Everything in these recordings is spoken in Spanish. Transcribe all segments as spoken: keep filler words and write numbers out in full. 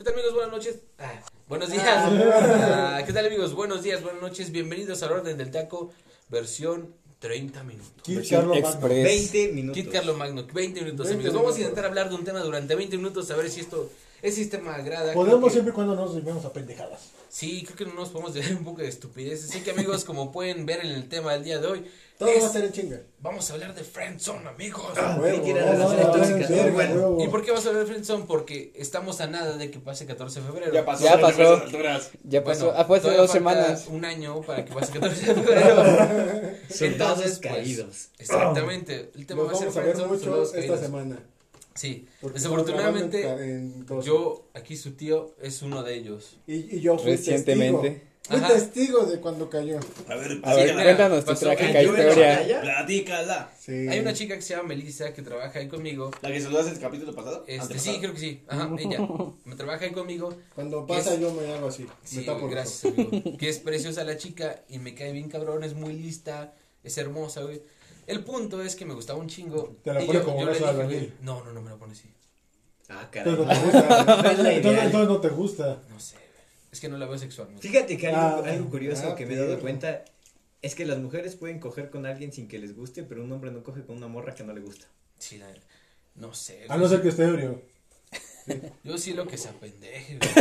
tal amigos? Buenas noches. Ah, buenos días. Ah, ¿Qué tal amigos? Buenos días, buenas noches. Bienvenidos a la Orden del Taco, versión treinta minutos. Kit Carlo Magno. veinte minutos. Kit Carlo Magno, veinte minutos veinte amigos. Vamos a minutos. intentar hablar de un tema durante veinte minutos, a ver si esto, ese sistema agrada. Podemos Creo que- siempre y cuando nos vemos a pendejadas. Sí, creo que no nos podemos dejar un poco de estupidez. Así que amigos, como pueden ver en el tema del día de hoy, Todo es- va a ser en chinga. vamos a hablar de Friendzone, amigos. Ah, Huevo, que era huevo, relaciones huevo, tóxicas, huevo, muy bueno. huevo. ¿Y por qué vamos a hablar de Friendzone? Porque estamos a nada de que pase catorce de febrero. Ya pasó. Ya pasó. a estas alturas. Ya pasó, Bueno, ah, fue hace todavía dos falta semanas. Un año para que pase catorce de febrero. Soldados Entonces, pues, caídos. Exactamente. El tema Nos va a ser vamos a ver Friendzone, mucho soldados esta caídos. semana. Sí, porque desafortunadamente, estamos grabando en dos. yo, aquí su tío, es uno de ellos. Y, y yo fui Recientemente. testigo. Fui Ajá. testigo de cuando cayó. A ver, A ver, mira, cuéntanos tu pasó- trágica ¿Cayó en la historia. batalla? platícala. Sí. Hay una chica que se llama Melissa que trabaja ahí conmigo. ¿La que saludaste el capítulo pasado? Este, ¿Antepasado? sí, creo que sí. Ajá, ella. Me trabaja ahí conmigo. Cuando ¿Qué pasa es? yo me hago así. Sí, me tapo güey, los gracias, ojos. amigo. Que es preciosa la chica y me cae bien cabrón, es muy lista, es hermosa, güey. El punto es que me gustaba un chingo. Te la y pone yo- como yo le brazo de dije, albañil. güey, No, no, no me la pone así. Ah, Entonces caray. no te gusta. Es la Entonces, ideal. entonces no te gusta. No sé, güey. Es que no la veo sexualmente. Fíjate que algo, Ah, algo curioso ah, que me he dado perro. cuenta es que las mujeres pueden coger con alguien sin que les guste, pero un hombre no coge con una morra que no le gusta. Sí, la- no sé. A güey. no ser que esté ebrio. Yo sí lo que se apendeje, güey.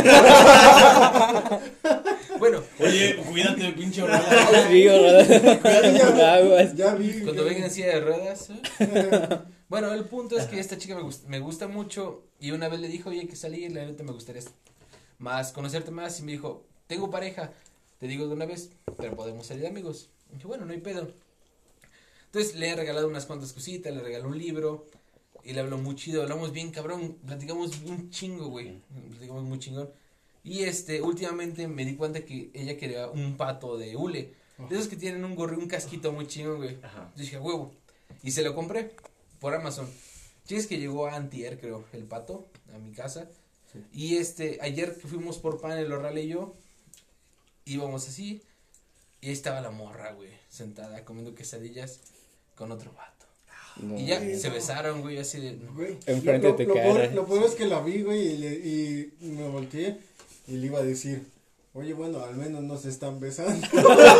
Bueno, Oye, cuídate, pinche horrada. Sí, ¿verdad? Ya, Aguas. ya vi. cuando que- vengan en silla de ruedas. ¿eh? Bueno, el punto es que esta chica me, gust- me gusta mucho y una vez le dijo, oye, hay que salir, la neta me gustaría más conocerte más y me dijo, tengo pareja, te digo de una vez, pero podemos salir de amigos. Y dije, bueno, no hay pedo. Entonces le he regalado unas cuantas cositas, le regalé un libro y le hablo muy chido, hablamos bien cabrón, platicamos un chingo, güey, platicamos muy chingón. Y este, últimamente me di cuenta que ella quería un pato de hule, de esos que tienen un gorro, un casquito muy chingón, güey. Ajá. Yo dije, huevo. Y se lo compré por Amazon. Chicas que llegó a antier, creo, el pato, a mi casa. Y este, ayer que fuimos por pan, el Orral y yo, íbamos así, y ahí estaba la morra, güey, sentada comiendo quesadillas con otro vato. No. Y ya Sí, se no. besaron, güey, así de... no. Güey, Enfrente lo, de tu lo, lo cara. peor, lo peor es que la vi, güey, y, le- y me volteé y le iba a decir, oye, bueno, al menos no se están besando.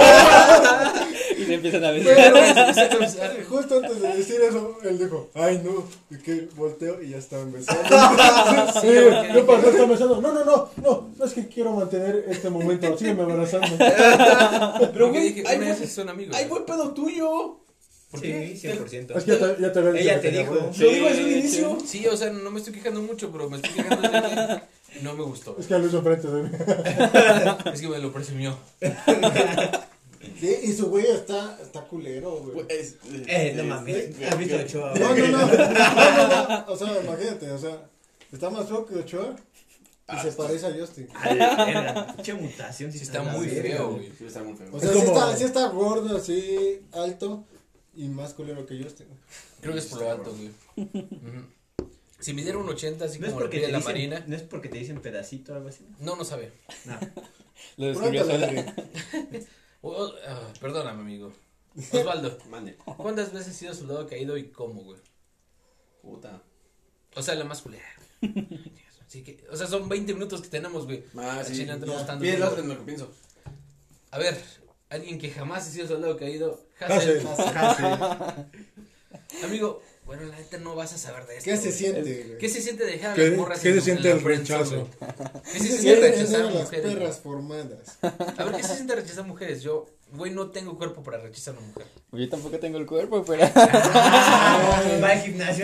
Y se empiezan a Pero, besar. güey, se empezó a besar. Justo antes de decir eso, él dijo, ay, no, y que volteo y ya estaban besando. Sí, Sí, porque ¿qué dije- pasó? ¿Están besando? No, no, no, no, no es que quiero mantener este momento, sígueme abrazando. Pero, Pero, güey, güey, dije, ay, una güey, vez son amigos. ¡Ay, güey. buen pedo tuyo! ¿Por Sí, qué? cien por ciento. Es que ya te, ya te había dicho Ella que te tenía dijo. huevo. Lo digo desde un Sí, inicio. Sí, o sea, no me estoy quejando mucho, pero me estoy quejando de que no me gustó. Es que lo hizo enfrente de mí. Es que me lo presumió. Sí, y su güey está, está culero, güey. Es- Eh, no es- mames. es- ¿Has visto a Ochoa? No, no, no, no, no, no, o sea, imagínate, o sea, está más feo que Ochoa y Ah, se está- parece a Justin. Ay, verga, pinche mutación. sí Está la muy verga, feo, güey. güey. Sí, está muy feo. O sea, Es sí, como- está, sí está gordo, así, alto y más culero que Justin. Creo que es por lo alto, güey. Ujú. Si me diera un ochenta, así No es como lo porque pide te la dicen, Marina. no es porque te dicen pedacito o algo así. No, no sabe. No. Lo Pronto descubrió le sola. diré. O- o- ah, perdóname, amigo. Osvaldo, Mande. ¿cuántas veces has sido soldado caído y cómo, güey? Puta. O sea, la más culera. Así que, o sea, son veinte minutos que tenemos, güey. Ah, Al sí. chile no tenemos ya. tanto Pide el tiempo. otro en lo que pienso. A ver, alguien que jamás ha sido soldado caído. Hassel. Hassel. Amigo, bueno, la neta no vas a saber de esto. ¿Qué se güey. siente, güey? ¿Qué se siente dejar a ¿Qué- las morras qué en- se en siente la el friendzone, rechazo? güey? ¿Qué ¿Qué se se siente siente rechazar tener las mujeres? güey? perras formadas? A ver, ¿qué se siente rechazar mujeres? Yo, güey, no tengo cuerpo para rechazar a una mujer. Yo tampoco tengo el cuerpo, pero. Ah, va al gimnasio.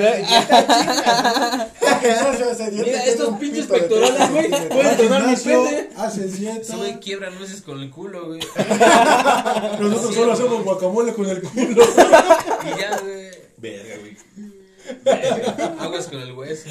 Mira, estos pinches pectorales, güey, pueden donar mi pene. Haces Ese dieta. güey quiebra nueces con el culo, güey. Nosotros Sí, solo güey. hacemos guacamole con el culo. Y ya, güey. Verga, güey. Aguas con el hueso.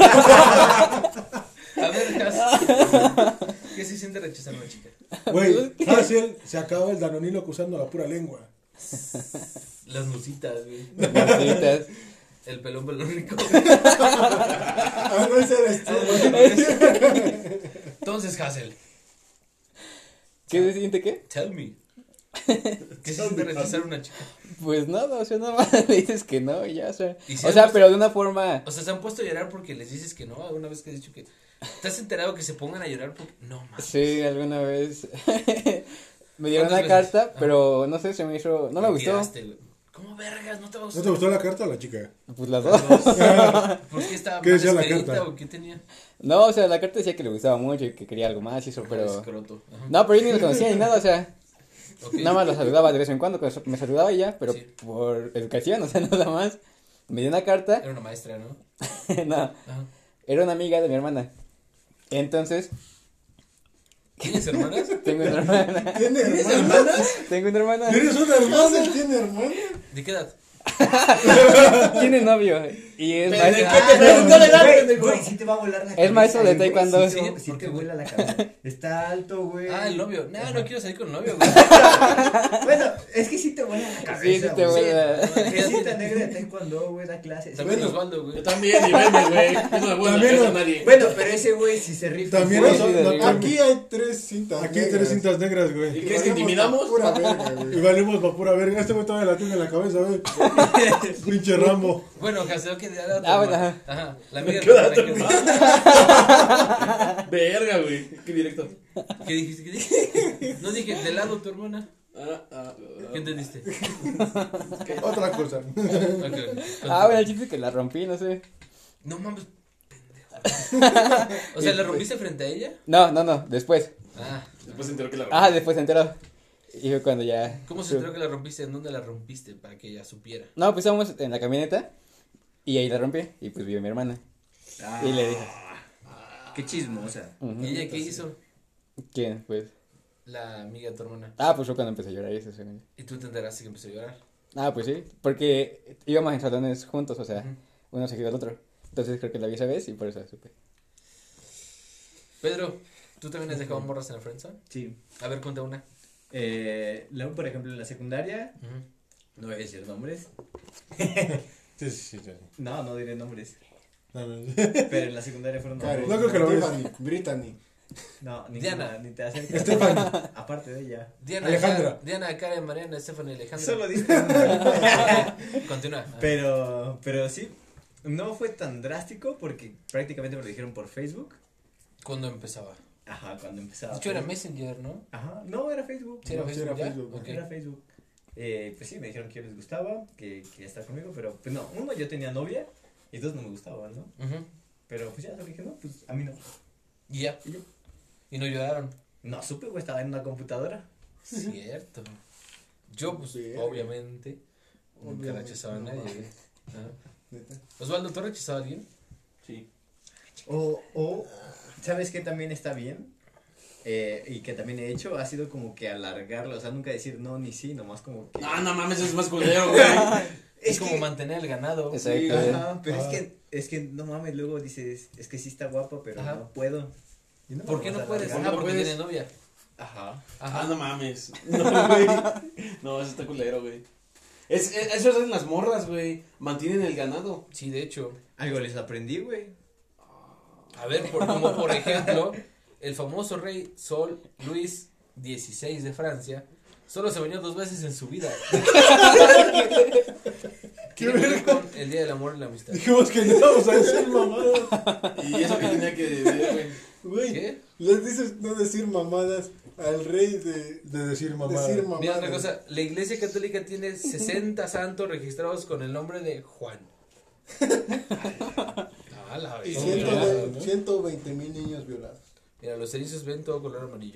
A ver, Has, ¿qué se siente rechazar a una chica? Güey, Hassel se acaba el danonilo acusando la pura lengua. Las musitas, güey. Cositas. El pelón pelón rico. Ah, no, ese eres tú. Entonces, Hassel, ¿Qué se siente qué? tell me. ¿Qué se siente rechazar a una chica? Pues nada, o sea, nada más le dices que no y ya, o sea. ¿Y si O sea, has- pero de una forma. O sea, se han puesto a llorar porque les dices que no. Alguna vez que has dicho que. ¿Te has enterado que se pongan a llorar porque no mames? Sí, alguna vez. Me dieron ¿Cuántas una veces? carta, Ajá. pero no sé, se me hizo. No me ¿Qué gustó. quedaste, güey? ¿Cómo vergas? ¿No te va a ¿No gustar? te gustó la carta o la chica? Pues las dos. ¿Por qué estaba ¿Qué mal decía la escrita carta? o qué tenía? No, o sea, la carta decía que le gustaba mucho y que quería algo más y eso, pero. Escroto. Ajá. No, pero yo ni lo conocía ni nada, o sea. Ok. Nada más lo saludaba de vez en cuando, cuando me saludaba y ya, pero Sí. por educación, o sea, nada más. Me dio una carta. Era una maestra, ¿no? No, Ajá. era una amiga de mi hermana. Entonces, ¿Tienes hermanas? tengo una hermana. ¿Tiene hermanas? Tengo una hermana. ¿Tienes una hermana? ¿Tiene hermana? ¿De qué edad? Tiene novio. Y es Pero, maestro. ¿qué te preguntó la edad, Güey, pendejo? güey, sí te va a volar la cabeza. Es maestro de güey, taekwondo. Sí, te- Sí, sí ¿por te qué, güey? vuela la cabeza. Está alto, güey. Ah, el novio. No, no quiero salir con el novio, güey. Bueno, es que sí te vuela la cabeza. Sí, sí te güey. vuela. Es cinta negra de taekwondo, güey, da clases. También Bueno, Osvaldo, güey. Yo también, y veme, güey. Yo no le voy a También dar no- a nadie. bueno, pero ese güey sí se rifa. También güey. Sí, no- sí, no- sí, sí. aquí hay tres cintas. Aquí hay tres cintas negras, güey. ¿Y crees que intimidamos? Pura verga, Y güey. valemos pa' pura verga. Este güey todavía la tiene en la cabeza, güey. Pinche Rambo. Bueno, Haseo, ¿qué edad? Ah, bueno, ajá. Ajá. La amiga de ¿Qué edad tu te hermana, Verga, güey. Qué directo. ¿qué- ¿Qué dijiste? ¿Qué dijiste? No dije, de lado tu hermana. Ah, ah, ¿Qué entendiste? Otra cosa. Ok, Ah, bueno, el chiste es que la rompí, no sé. No mames, pendejo. O sea, ¿la rompiste frente a ella? No, no, no, después. Ah, Después se enteró que la Ah, después se enteró. Y fue cuando ya. ¿cómo se enteró que la rompiste? ¿En dónde la rompiste? Para que ella supiera. No, pues estábamos en la camioneta. Y ahí la rompí. Y pues vio mi hermana. Y le dije. Qué chismosa. Ujú. ¿Y ella qué hizo? ¿Quién? Pues. La amiga de tu hermana. Ah, pues fue cuando empecé a llorar y eso. según yo. Y tú te enteraste que empezó a llorar. Ah, pues sí. Porque íbamos en salones juntos, o sea, Ujú. uno seguido al otro. Entonces creo que la vi esa vez y por eso supe. Pedro, ¿tú también has dejado morras en la friendzone? Sí. A ver, cuenta una. Eh, luego, por ejemplo, en la secundaria, Ujú. no voy a decir nombres. Sí, sí, sí. sí. No, no diré nombres. No, no. Pero en la secundaria fueron Karen, No creo que lo ves. Tiffany, Brittany. No, ni Diana. ni te acercas. Stephanie. Aparte de ella. Diana, Alejandra. Karen- Diana, Karen, Mariana, Stephanie, Alejandra. Solo diste una. Continúa. Ah. Pero, pero sí, no fue tan drástico porque prácticamente me lo dijeron por Facebook. ¿Cuándo empezaba? Ajá, cuando empezaba. De hecho, era Messenger, ¿no? Ajá, no, era Facebook. Sí, era No, sí Facebook. era ¿ya? Facebook, Ok. Era Facebook. Eh, pues sí, me dijeron que yo les gustaba, que quería estar conmigo, pero pues no, uno, yo tenía novia y dos, no me gustaban, ¿no? Ujú. Pero pues ya, le dije, no, pues a mí no. Y ya. Y yo, Y no lloraron. no supe, güey, estaba en una computadora. Cierto. Yo, pues, Sí. obviamente, nunca Obviamente, rechazaba a no nadie. mames. güey. Ajá. Neta. Osvaldo, ¿tú has rechazado a alguien? Sí. O, o, ¿sabes qué también está bien? Eh, y que también he hecho, ha sido como que alargarlo, o sea, nunca decir no ni sí, nomás como que... Ah, no mames, es más culero, güey. Es, como mantener el ganado. Exacto. Sí, Ajá, pero Ah. es que, es que no mames, luego dices, es que sí está guapa, pero Ajá. no puedo. Y no ¿Por me qué vas no a puedes? alargar. Ah, porque puedes. tiene novia. Ajá. Ajá. Ah, no mames. No, güey. No, eso está culero, güey. Es, es- eso hacen las morras, güey. Mantienen el ganado. Sí, de hecho. Algo les aprendí, güey. A ver, por, como por ejemplo, el famoso rey Sol Luis dieciséis de Francia solo se bañó dos veces en su vida. Tiene que ver con el Día del Amor y la Amistad. Dijimos que no íbamos a decir mamadas. Y eso que tenía que ver, güey. Güey, ¿Qué? les dices no decir mamadas al rey de De decir mamadas. decir mamadas. Mira otra cosa, la Iglesia Católica tiene sesenta santos registrados con el nombre de Juan. Ah, la Y verga. ciento Violados, ve- ¿no? ciento veinte mil niños violados. Mira, los erizos ven todo color amarillo.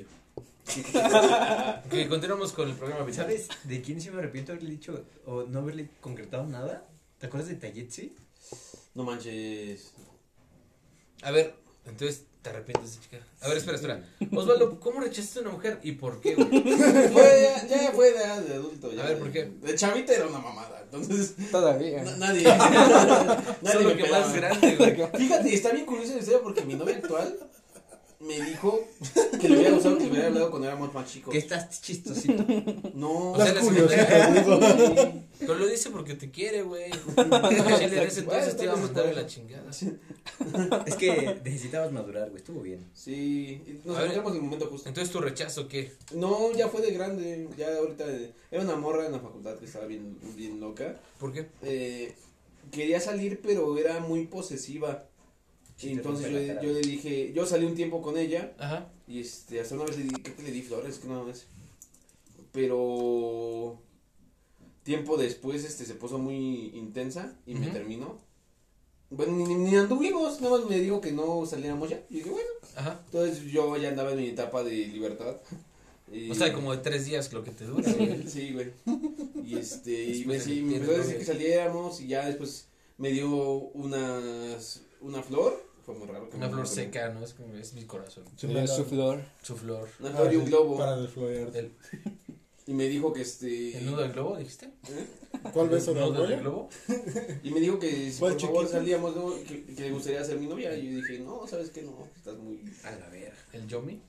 Ok, continuamos con el programa vital. ¿Sabes de quién sí me arrepiento de haberle dicho o no haberle concretado nada? ¿Te acuerdas de Tayetsi? No manches. A ver, entonces te arrepientes de chica. A ver, espera, espera. Osvaldo, ¿cómo rechazaste a una mujer y por qué, güey? Fue, ya, ya fue de, de adulto. Ya. A ver, ¿por qué? De chavita era una mamada. Entonces, Todavía. na- nadie. nadie Solo me que pelaba. más grande, güey. Fíjate, está bien curiosa la historia porque mi novia actual me dijo que le hubiera gustado que le hubiera hablado cuando éramos más chicos. Que estás chistosito. No, O sea, Las la curiosas, secundaria- digo. Pero lo dice porque te quiere, güey. Chile, en ese entonces te iba a mandar a la chingada. Es que necesitabas madurar, güey. Estuvo bien. sí, nos A ver. encontramos en el momento justo. Entonces tu rechazo, ¿qué? No, ya fue de grande, ya ahorita, eh, era una morra en la facultad que estaba bien, bien loca. ¿Por qué? Eh, quería salir, pero era muy posesiva. Sí, Y te entonces rompe yo, la cara, yo le güey. dije, yo salí un tiempo con ella Ajá. y este, hasta una vez le di, creo que le di flores, que una vez. Pero tiempo después este se puso muy intensa y me Ujú. terminó. Bueno, ni, ni anduvimos, nada más me dijo que no saliéramos ya. Y dije, bueno, Ajá. entonces yo ya andaba en mi etapa de libertad. Y- O sea, como de tres días lo que te dura, güey. Sí, güey. Y este, y me, Después sí, de- me tienes empezó a decir novia. que saliéramos y ya después me dio unas, una flor. Fue muy raro. que Una me- flor seca, ¿no? Es como, es mi corazón. Es su flor. Su flor. Una Ah, flor y un sí, globo. Para desflorearte. El, Y me dijo que este. el nudo del globo, dijiste. ¿Eh? ¿Cuál beso de ¿El nudo del abuela? globo? Y me dijo que si ¿Cuál por favor chiquito? salíamos, ¿no? Que, que le gustaría ser mi novia. Y yo dije, no, sabes que no, estás muy. A la verga. El Yomi.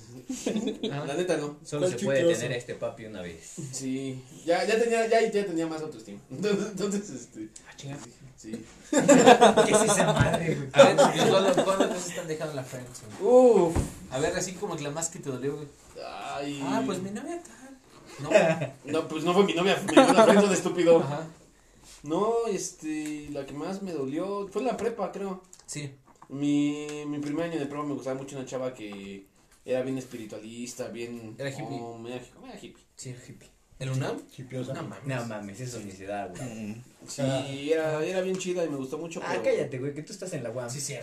La neta no. Solo ¿Cuál se puede chiquioso? tener a este papi una vez. Sí, ya, ya tenía, ya, ya tenía más autoestima. Entonces, entonces este. Ah, chinga. Sí. ¿Qué es esa madre, güey? A ver, ¿cuándo, ¿cuándo te están dejando la friendzone? Uf. A ver, así como que la más que te dolió, güey. Ay. Ah, pues mi novia tal. No. No, pues no fue mi novia, me dio la friendzone de estúpido. Ajá. No, este, la que más me dolió fue en la prepa, creo. Sí. Mi, mi primer año de prepa me gustaba mucho una chava que era bien espiritualista, bien. Era hippie. oh, era, era hippie. Sí, hippie. ¿El UNAM? Chipiosa. No mames. No mames, eso ni se da, güey. Sí, era, era bien chida y me gustó mucho. Ah, pero- cállate, güey, que tú estás en la U A M. Sí, sí.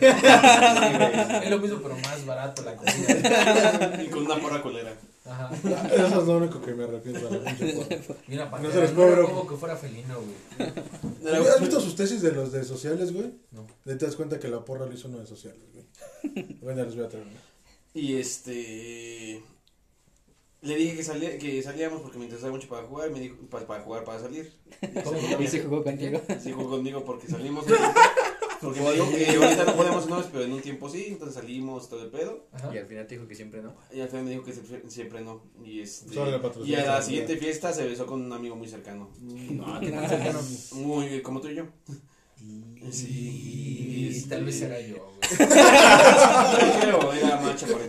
Es lo mismo, pero más barato la comida. Y con una porra colera. Ajá. Eso es lo único que me arrepiento de la pinche porra. Mira, para No que se les no era cobro. como que fuera felino, güey. ¿Has visto sus tesis de los de sociales, güey? No. Le te das cuenta que la porra lo hizo uno de sociales, güey. Bueno, les voy a traer una. Y este. Le dije que, salía, que salíamos porque me interesaba mucho para jugar. Y me dijo, para, para jugar, para salir. ¿Y se jugó contigo? Sí, jugó conmigo porque salimos. Porque me dijo que ahorita no podemos novios, pero en un tiempo sí. Entonces salimos todo el pedo. Ajá. Y al final te dijo que siempre no. Y al final me dijo que siempre, siempre no. Y este. Solo le patrocina Y a la esa siguiente fiesta se besó con un amigo muy cercano. No, que tan cercano. Muy como tú y yo. Y Sí. tal vez era yo, güey. Creo, era macho por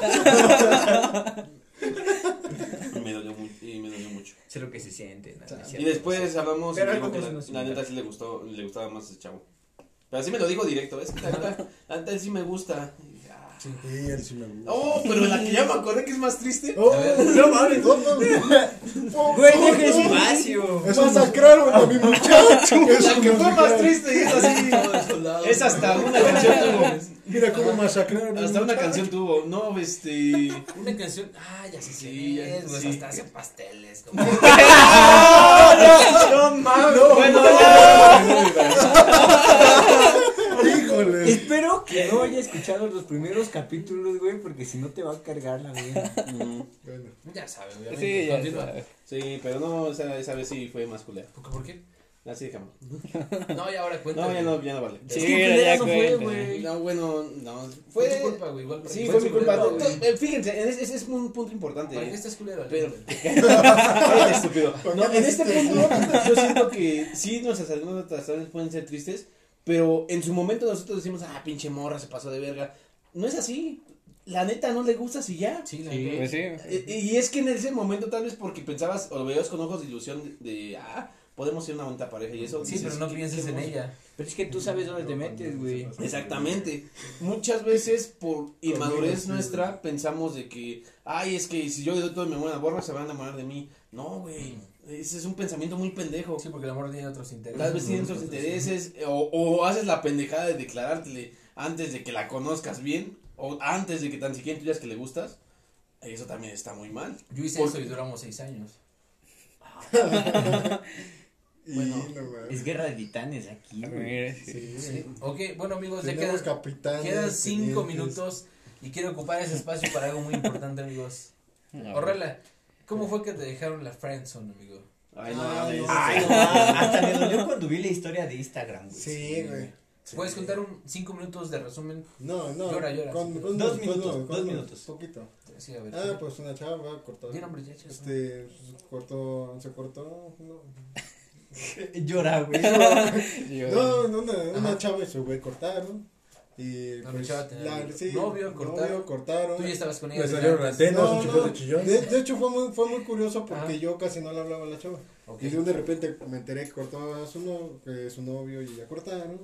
Y me dolió mucho. Y me dolió mucho. Sé lo que se siente. ¿No? Es Y cierto. después hablamos y Pero me dijo algo que más la, no se la me neta da. sí le gustó, le gustaba más ese chavo. Pero así me lo dijo directo, es que la neta, la neta sí me gusta. Y dije, ah. Sí. Sí, él sí me gusta. Oh, pero la que ya me acordé que es más triste. Oh, A ver. no mames, no mames. Güey, deja espacio. Eso masacraron a mi muchacho. Eso La que fue más masacraron. triste y es así. Es hasta una canción tuvo. Mira cómo masacraron a mi Hasta una muchacho. canción tuvo. No, este. Una canción. Ah, ya sé Sí, sí, ya- es, güey. sí. Hasta hace pasteles. Como... No mames. No, Bueno, Híjole. espero que no haya escuchado los primeros capítulos, güey, porque si no te va a cargar la vida. Mm, Bueno, Ya sabes, Sí, obviamente. ya Continúa. sabes. sí, pero no, esa, esa vez sí fue más culera. ¿Por qué? ¿Por qué? Así dejamos. No, y ahora cuenta. No, ya no, ya no vale. Sí, Es que ya culera no fue, cuenta. güey. No, bueno, no. Fue Fue. tu culpa, güey. Igual Sí, fue fue su mi culpa. culpa, güey. Eh, Fíjense, ese ese es un punto importante. ¿Para eh. qué estás culero? Pero- Aléjate. Cállate, estúpido. ¿Por No, qué en este hiciste punto yo siento que sí nuestras anécdotas pueden ser tristes, pero en su momento nosotros decimos, ah, pinche morra, se pasó de verga. No es así. La neta no le gustas y ya. Sí, la Sí, neta. pues sí. Y, y es que en ese momento tal vez porque pensabas o lo veías con ojos de ilusión de, de, ah, podemos ser una bonita pareja y eso. Sí, dices, pero no qué- pienses qué en hermoso. ella. Pero es que tú sabes dónde te metes, güey. Exactamente. Muchas veces por inmadurez sí, nuestra güey. pensamos de que, ay, es que si yo le doy todo mi amor a la borra se van a enamorar de mí. No, güey. Ese es un pensamiento muy pendejo. Sí, porque el amor tiene otros intereses. Tal vez tienen otros intereses o, o haces la pendejada de declarártele antes de que la conozcas bien o antes de que tan siquiera tú digas que le gustas. Eso también está muy mal. Yo hice Porque- eso y duramos seis años. Y Bueno, no mames. Es guerra de titanes aquí, güey. Mira, sí. Sí, Sí. Ok, bueno amigos, ya Tenemos quedan, capitanes. quedan cinco tenientes. minutos y quiero ocupar ese espacio para algo muy importante, amigos. Orrela, ¿cómo fue que te dejaron la friendzone, amigo? Ay, no, Ay, mames. no. Ay, no, hasta me dolió cuando vi la historia de Instagram, güey. Sí, güey. ¿Puedes contar un cinco minutos de resumen? No, no. Llora, llora. Con, con Dos con- minutos, con- dos con- minutos. Poquito. Sí, a ver. Ah, pues una chava cortó. Di nombres, ya, chas, Este, pues, cortó, se cortó. No, Llora, güey. no, no, una, una Ajá. chava y su güey cortaron. Y La pues, chava tenía la, sí, novio, cortaron. novio, cortaron. Tú ya estabas con ella. Me desde salieron antes. antenas, No, un chico no, de chillón. De, de hecho fue muy, fue muy curioso porque Ajá. yo casi no le hablaba a la chava. Ok. Y de un de repente me enteré que cortó a su, no, que su novio y ya cortaron.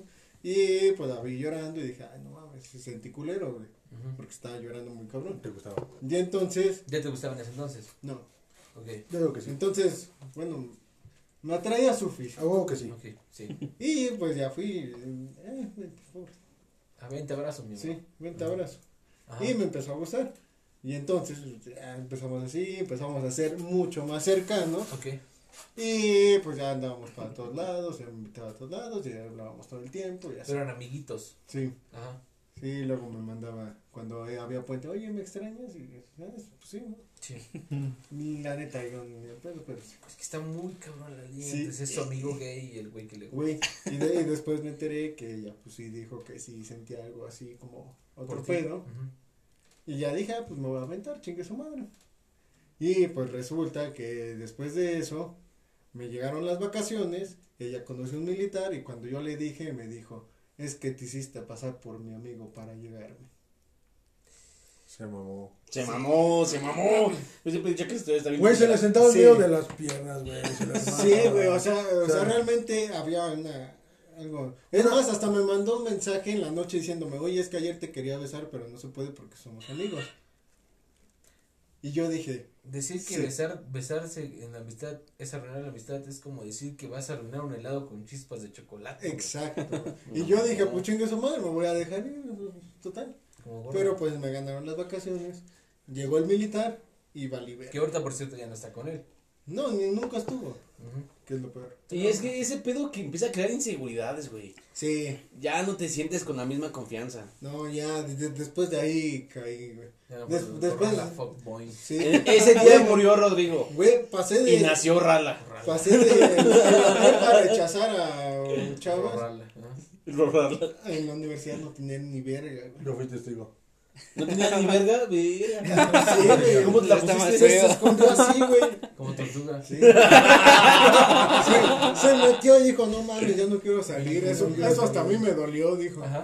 Y pues la vi llorando y dije, ay, no mames, se sentí culero, güey. Ujú. Porque estaba llorando muy cabrón. ¿Te gustaba? Y entonces, ¿Ya te gustaba en ese entonces? no. Ok, Yo digo que sí. Entonces, bueno, me atraía su físico. A huevo que sí. ok, sí. Y pues ya fui, eh, vente, por favor. A veinte abrazos, mi amor. Sí, vente abrazo. Ajá. Y me empezó a gustar. Y entonces ya empezamos así, empezamos a ser mucho más cercanos. Ok. Y pues ya andábamos para todos lados, ya me invitaba a todos lados, y ya hablábamos todo el tiempo. Y así. Pero eran amiguitos. Sí, Ajá. sí, luego me mandaba, cuando eh, había puente, oye, ¿me extrañas? Y ¿sabes? Pues sí, ¿no? Sí. Y la neta, yo ni el pedo, pero sí. Es que está muy cabrón la línea Sí. entre ser su amigo gay y el güey que le gusta. Güey, y, de- y después me enteré que ella pues sí dijo que sí sentía algo así como otro Por ti. pedo. Ujú. Y ya dije, ah, pues me voy a aventar, chingue su madre. Y pues resulta que después de eso, me llegaron las vacaciones, ella conoció un militar y cuando yo le dije, me dijo, es que te hiciste pasar por mi amigo para llegarme. Se mamó. Se mamó, se mamó. Yo siempre he dicho que esto está bien. Güey, se le sentaba en Sí. medio de las piernas, güey. se le Sí, armaba. güey, o sea, o O sea, sea, realmente había una, algo. Es más, hasta me mandó un mensaje en la noche diciéndome, oye, es que ayer te quería besar, pero no se puede porque somos amigos. Y yo dije, Decir que Sí. besar, besarse en la amistad es arruinar la amistad es como decir que vas a arruinar un helado con chispas de chocolate. güey. exacto. Y yo dije, pues chingue su madre, me voy a dejar ir, total. Como gordo. Pero pues me ganaron las vacaciones, llegó el militar y valí ver. Que ahorita, por cierto, ya no está con él. No, ni nunca estuvo, Ujú. que es lo peor. Y es que ese pedo que empieza a crear inseguridades, güey. Sí, Ya no te sientes con la misma confianza. no, ya, de- de- después de ahí caí, güey. Ya no Des- puedo después- correr la fuckboy. Sí, E- Ese día murió Rodrigo. güey, pasé de... Y nació Rala. Pasé de, de la prepa a rechazar a un chavo. Borrarla, ajá. Rala. En la universidad no tenía ni verga, güey. Yo fui testigo. No tenía ni verga, verga. Sí, güey. ¿Cómo te la Está más pusiste? Se, se escondió así, güey. Como tortuga. Sí. Sí, se metió y dijo, no mames, ya no quiero salir. Eso, eso hasta a mí me dolió, dijo. Ajá.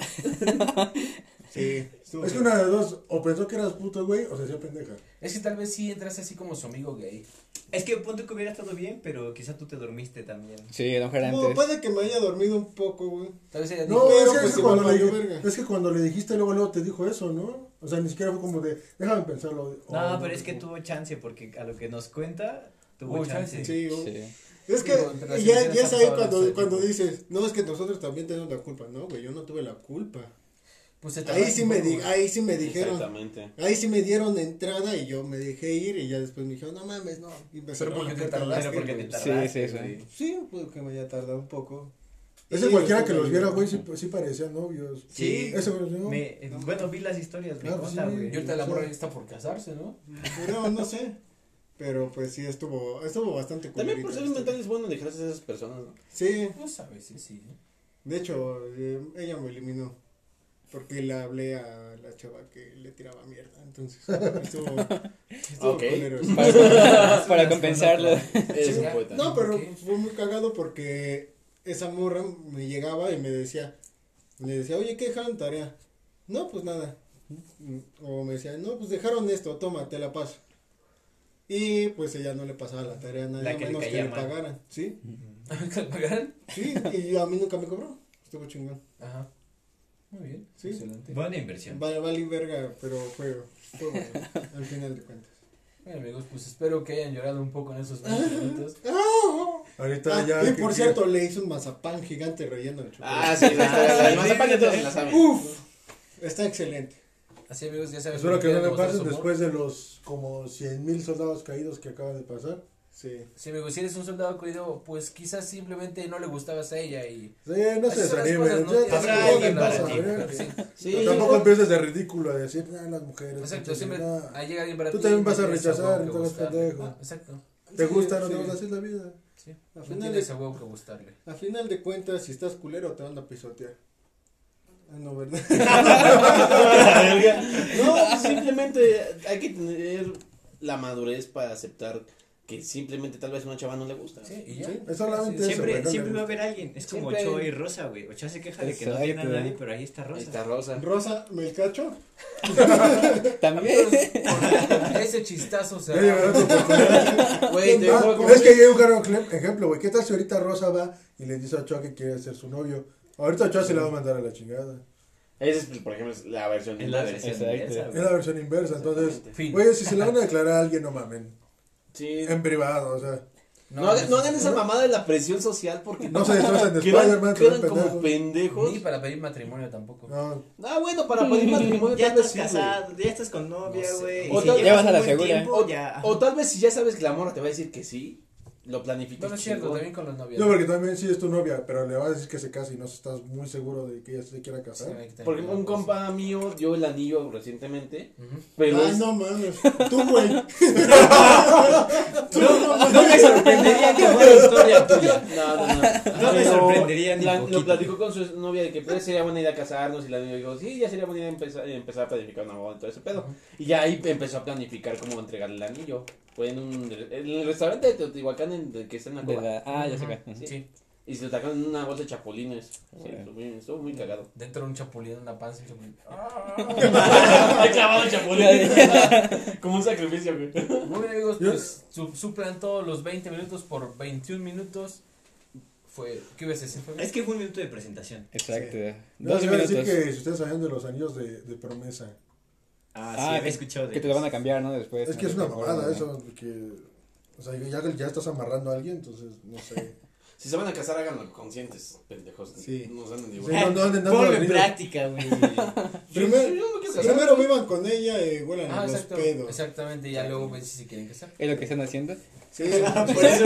Sí. estuvo Es que bien. una de dos, o pensó que eras puto, güey, o se hacía pendeja. Es que tal vez sí entras así como su amigo gay. Es que punto que hubiera estado bien, pero quizá tú te dormiste también. Sí, don Jera, No, antes. puede que me haya dormido un poco, güey. Tal vez ella No, dijo, pero, es, que, pues, es que igual cuando le, valió verga. es que cuando le dijiste luego, luego te dijo eso, ¿no? O sea, ni siquiera fue como de, déjame pensarlo. o No, pero es que dijo. tuvo chance, porque a lo que nos cuenta, tuvo Hubo chance. chance. Sí, güey. Sí. Es que Digo, entre las y ya, emociones ya es ahí han pasado cuando, las- cuando dices, no, es que nosotros también tenemos la culpa. No, güey, yo no tuve la culpa. pues se Ahí tardaron sí un me, poco, di, güey. ahí sí me dijeron. Exactamente. Ahí sí me dieron entrada y yo me dejé ir y ya después me dijeron, no mames, no. Y me Pero cerraron porque la te puerta. tardaste, Pero porque te güey. tardaste, Sí, sí, güey. Sí, puede que me haya tardado un poco. Ese Y cualquiera que después los me- viera, güey, sí, sí parecían novios. Sí. Ese güey, ¿no? Me, eh, bueno, vi las historias, me Claro, consta, sí. güey. Y ahorita la morra ya está por casarse, ¿no? Pero no sé. Pero pues sí, estuvo, estuvo bastante También por culerita salud esta. mental es bueno dejarse a esas personas, ¿no? Sí, Pues a veces sí. ¿eh? de hecho, eh, ella me eliminó. Porque le hablé a la chava que le tiraba mierda. Entonces, estuvo, estuvo Ok. culero. Para, para compensarlo. Eres Sí, un poeta. No, pero ¿Por qué? fue muy cagado porque esa morra me llegaba y me decía, le decía, oye, ¿qué dejaron tarea? No, pues nada. O me decía, no, pues dejaron esto, toma, te la paso. Y pues ella no le pasaba la tarea a nadie, La a que le menos que caía le mal. pagaran, ¿sí? ¿Que le pagaran? Sí, y a mí nunca me cobró, estuvo chingón. Ajá. Muy bien. Sí. Excelente. Buena inversión. Vale, vale verga, pero fue, fue bueno, al final de cuentas. Bueno, amigos, pues espero que hayan llorado un poco en esos veinte minutos. Ahorita Ah, ya. y que- por que- cierto, le hice un mazapán gigante relleno de chocolate. Ah, sí, la historia. El mazapán ya todos se la saben. Uf, está excelente. Así, amigos, ya saben. Espero que no quieren le demostrar pasen su amor. después de los como cien mil soldados caídos que acaban de pasar. Sí. Sí, amigos, si eres un soldado caído, pues quizás simplemente no le gustabas a ella y... Sí, no se Así son las desanimen. cosas, ¿no? ya- Habrá ya- alguien ya para pasa, ti, ¿eh? Sí, Sí. Tampoco empieces de ridículo a decir, ah, las mujeres. exacto, no, siempre no. ahí llega alguien para Tú ti. también y vas a tienes rechazar, huevo que entonces, gustarle. pendejo. Ah, exacto. ¿Te Sí, gusta o no sí. te gusta? Así es la vida. Sí. A No final, tienes de, a huevo que gustarle. a final de cuentas, si estás culero, te van a pisotear. Ah, no, ¿verdad? No, simplemente hay que tener la madurez para aceptar que simplemente tal vez a una chava no le gusta. Sí, y ya. Sí, es solamente Sí, eso, Siempre, güey, no siempre le va a gusta. haber alguien. Es como Siempre hay- Ochoa y Rosa, güey. Ochoa se queja de que no Exacto. tiene a nadie, pero ahí está Ahí Rosa. está Rosa. Rosa, ¿me cacho? También. Ese chistazo se Ya llegará tu oportunidad. Güey, te Ah, digo es que hay un claro ejemplo, güey. ¿Qué tal si ahorita Rosa va y le dice a Ochoa que quiere ser su novio? Ahorita Ochoa se la va a mandar a la chingada. Esa es, por ejemplo, es la versión Es la inversa. versión Exacto. inversa, Es güey. la versión inversa, entonces, Exactamente. Fin. oye, si se la van a declarar a alguien, no mamen. Sí. En privado, o sea, No, hagan- no hagan esa mamada de la presión social porque no se destrozan de quedan, Spider-Man, quedan se ven como pendejos. pendejos. Ni para pedir matrimonio tampoco. No, Ah, bueno, para pedir matrimonio Ya tal vez estás sí, güey. casado, ya estás con novia, No sé. güey. O y si tal- llevas ya vas a un la buen segura. tiempo, O, ya. o tal vez si ya sabes que la morra te va a decir que sí, lo planificas. Bueno, es cierto, chingón. también con los novios. no, porque también sí es tu novia, pero le vas a decir que se case y no estás muy seguro de que ella se quiera Sí, casar. hay que tener Porque cuidado un con compa mío dio el anillo recientemente, eso. Ujú. pero Ay, es- no mames, tú, güey. No, no me sorprendería que fuera historia tuya. No, no, no. No me Pero sorprendería ni la- poquito. Lo platicó con su novia de que pues sería buena idea casarnos y la novia dijo, sí, ya sería buena idea empezar, empezar a planificar una boda y todo ese pedo. Y ya ahí empezó a planificar cómo entregarle el anillo. Fue en un en el restaurante de Teotihuacán en, de, que está en la De Cuba. la- ah, ya sé Ujú. acá. Sí. Sí. Y se lo sacaron en una bolsa de chapulines. Sí, Bueno. estuvo muy, estuvo muy cagado. Dentro de un chapulín, una panza, un chapulín. Hay clavado el chapulín. Como un sacrificio, güey. Muy bien, amigos, Yo- pues su- suplan todos los veinte minutos por veintiún minutos. Fue, ¿qué ibas a decir? Fabián? Es que fue un minuto de presentación. Exacto. No, doce iba a decir minutos. que si ustedes sabían de los anillos de, de promesa. Ah, Ah, sí, había que- escuchado de Que te lo van a cambiar, ¿no? Después. Es que no es sé una qué mamada forma, eso, porque, o sea, ya, ya estás amarrando a alguien, entonces, no sé. Si se van a casar, háganlo conscientes, pendejos. Sí. No se anden Sí, igual. no, no anden dando Ponlo los en niños. práctica, güey. Primero, Yo no me quiero casar. primero vivan con ella y huelan Ah, los exacto, pedos. exactamente, y ya luego ven si se quieren casar. Es lo que están haciendo. Sí, Por eso,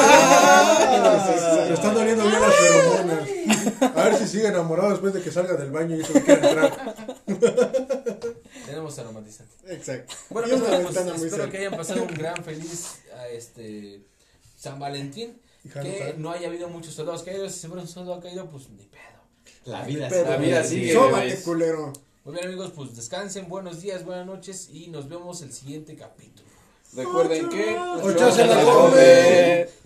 se están doliendo bien las feromonas. A ver si sigue enamorado después de que salga del baño y se lo quiera entrar. Tenemos aromatizante. Exacto. Bueno, Y una pues, ventana muy espero cerca. que hayan pasado un gran feliz a este San Valentín. Y Que Hanukkah. no haya habido muchos soldados caídos. Si siempre un soldado ha caído, pues ni pedo. La vida Pero- La vida sigue, Sóbate, bebés. culero. Muy bien, amigos, pues descansen. Buenos días, buenas noches. Y nos vemos el siguiente capítulo. Recuerden que. Ocho se la come.